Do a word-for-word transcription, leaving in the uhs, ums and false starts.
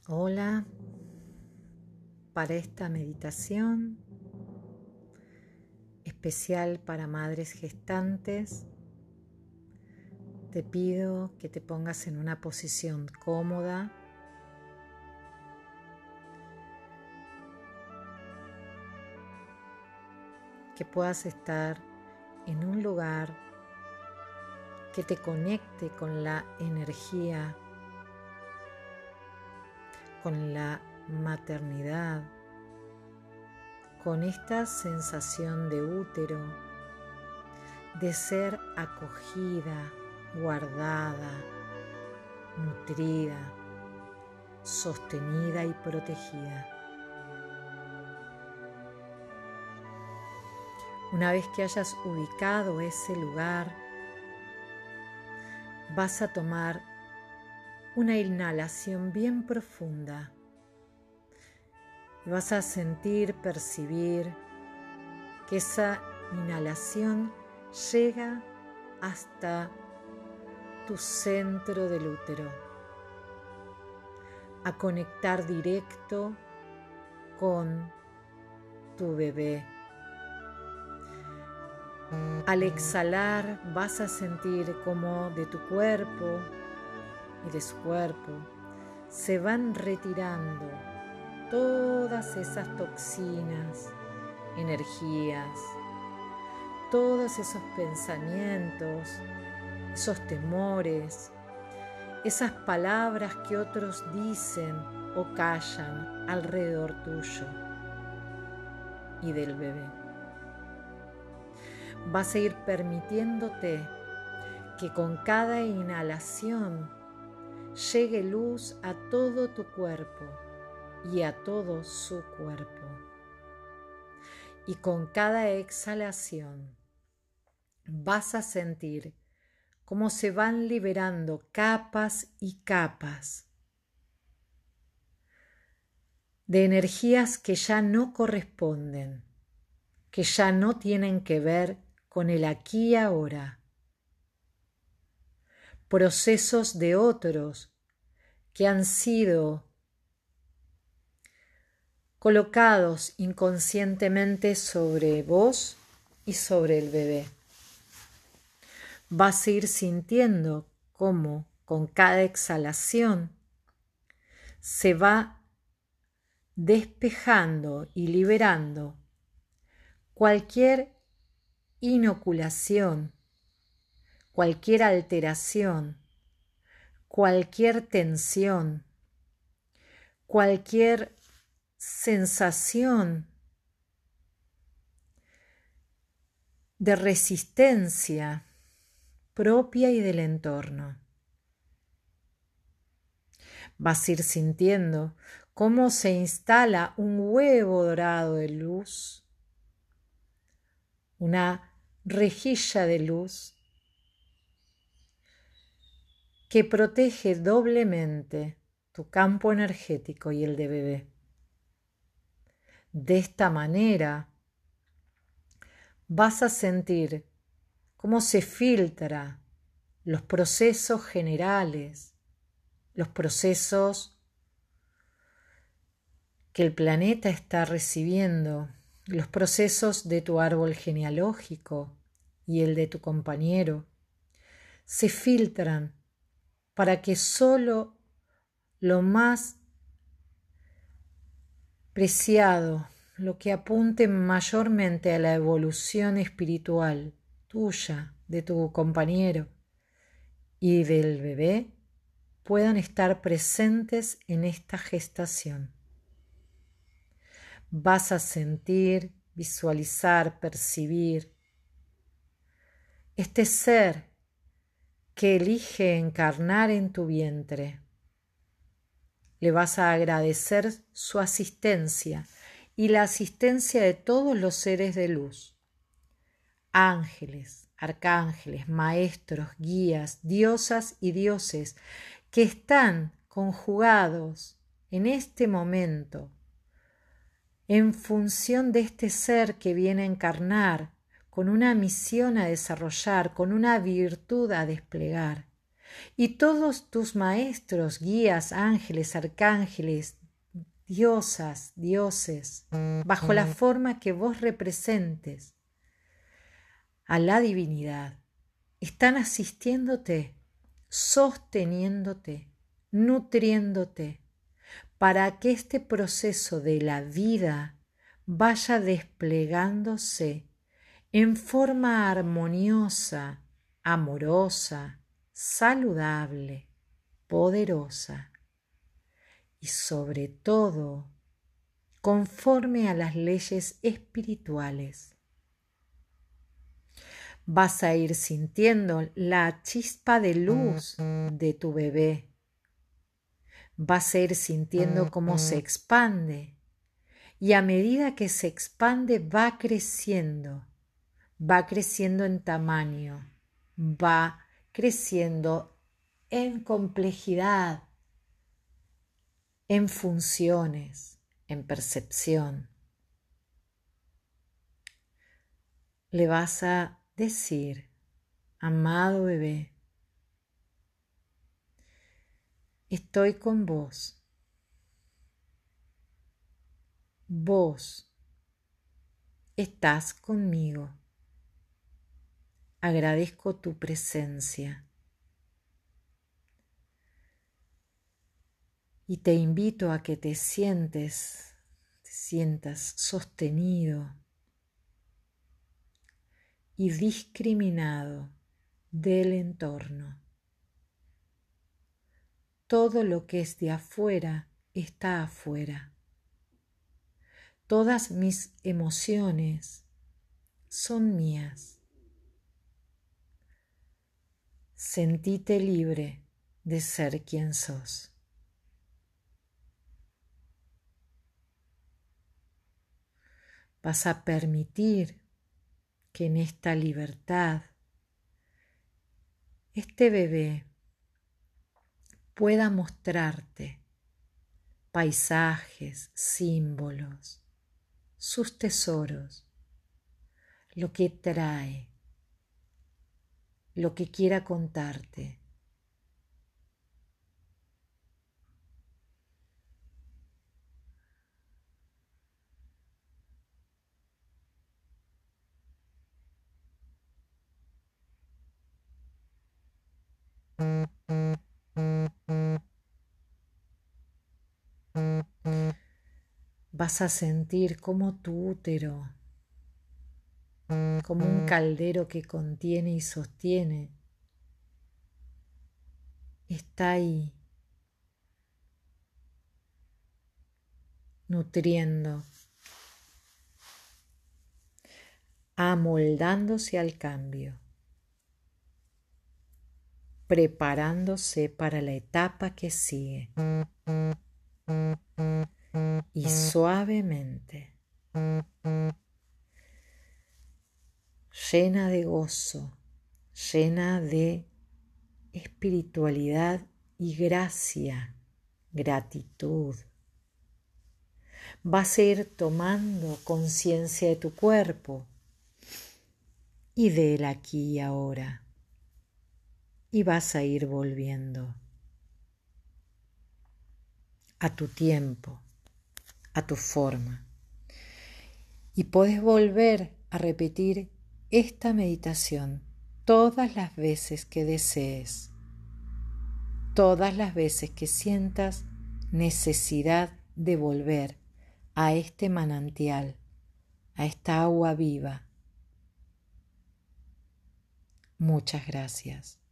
Hola, para esta meditación especial para madres gestantes, te pido que te pongas en una posición cómoda, que puedas estar en un lugar que te conecte con la energía, con la maternidad, con esta sensación de útero, de ser acogida, guardada, nutrida, sostenida y protegida. Una vez que hayas ubicado ese lugar, vas a tomar una inhalación bien profunda y vas a sentir, percibir que esa inhalación llega hasta tu centro del útero, a conectar directo con tu bebé. Al exhalar vas a sentir como de tu cuerpo y de su cuerpo se van retirando todas esas toxinas, energías, todos esos pensamientos, esos temores, esas palabras que otros dicen o callan alrededor tuyo y del bebé. Vas a ir permitiéndote que con cada inhalación llegue luz a todo tu cuerpo y a todo su cuerpo. Y con cada exhalación vas a sentir cómo se van liberando capas y capas de energías que ya no corresponden, que ya no tienen que ver con el aquí y ahora. Procesos de otros que han sido colocados inconscientemente sobre vos y sobre el bebé. Vas a ir sintiendo cómo con cada exhalación se va despejando y liberando cualquier inoculación, cualquier alteración, cualquier tensión, cualquier sensación de resistencia propia y del entorno. Vas a ir sintiendo cómo se instala un huevo dorado de luz, una rejilla de luz que protege doblemente tu campo energético y el de bebé. De esta manera vas a sentir cómo se filtra los procesos generales, los procesos que el planeta está recibiendo, los procesos de tu árbol genealógico y el de tu compañero, se filtran para que solo lo más preciado, lo que apunte mayormente a la evolución espiritual tuya, de tu compañero y del bebé, puedan estar presentes en esta gestación. Vas a sentir, visualizar, percibir este ser que elige encarnar en tu vientre. Le vas a agradecer su asistencia y la asistencia de todos los seres de luz, ángeles, arcángeles, maestros, guías, diosas y dioses que están conjugados en este momento en función de este ser que viene a encarnar con una misión a desarrollar, con una virtud a desplegar, Y todos tus maestros, guías, ángeles, arcángeles, diosas, dioses, bajo la forma que vos representes a la divinidad, están asistiéndote, sosteniéndote, nutriéndote, para que este proceso de la vida vaya desplegándose en forma armoniosa, amorosa, saludable, poderosa y sobre todo conforme a las leyes espirituales. Vas a ir sintiendo la chispa de luz de tu bebé. Vas a ir sintiendo cómo se expande y a medida que se expande va creciendo, va creciendo en tamaño, va creciendo en complejidad, en funciones, en percepción. Le vas a decir, amado bebé, estoy con vos. Vos estás conmigo. Agradezco tu presencia. Y te invito a que te sientes, te sientas sostenido y discriminado del entorno. Todo lo que es de afuera está afuera. Todas mis emociones son mías. Sentíte libre de ser quien sos. Vas a permitir que en esta libertad este bebé pueda mostrarte paisajes, símbolos, sus tesoros, lo que trae, lo que quiera contarte. Vas a sentir como tu útero, como un caldero que contiene y sostiene, está ahí, nutriendo, amoldándose al cambio, preparándose para la etapa que sigue. Y suavemente, llena de gozo, llena de espiritualidad y gracia, gratitud, vas a ir tomando conciencia de tu cuerpo y del aquí y ahora, y vas a ir volviendo a tu tiempo, a tu forma. Y puedes volver a repetir esta meditación todas las veces que desees, todas las veces que sientas necesidad de volver a este manantial, a esta agua viva. Muchas gracias.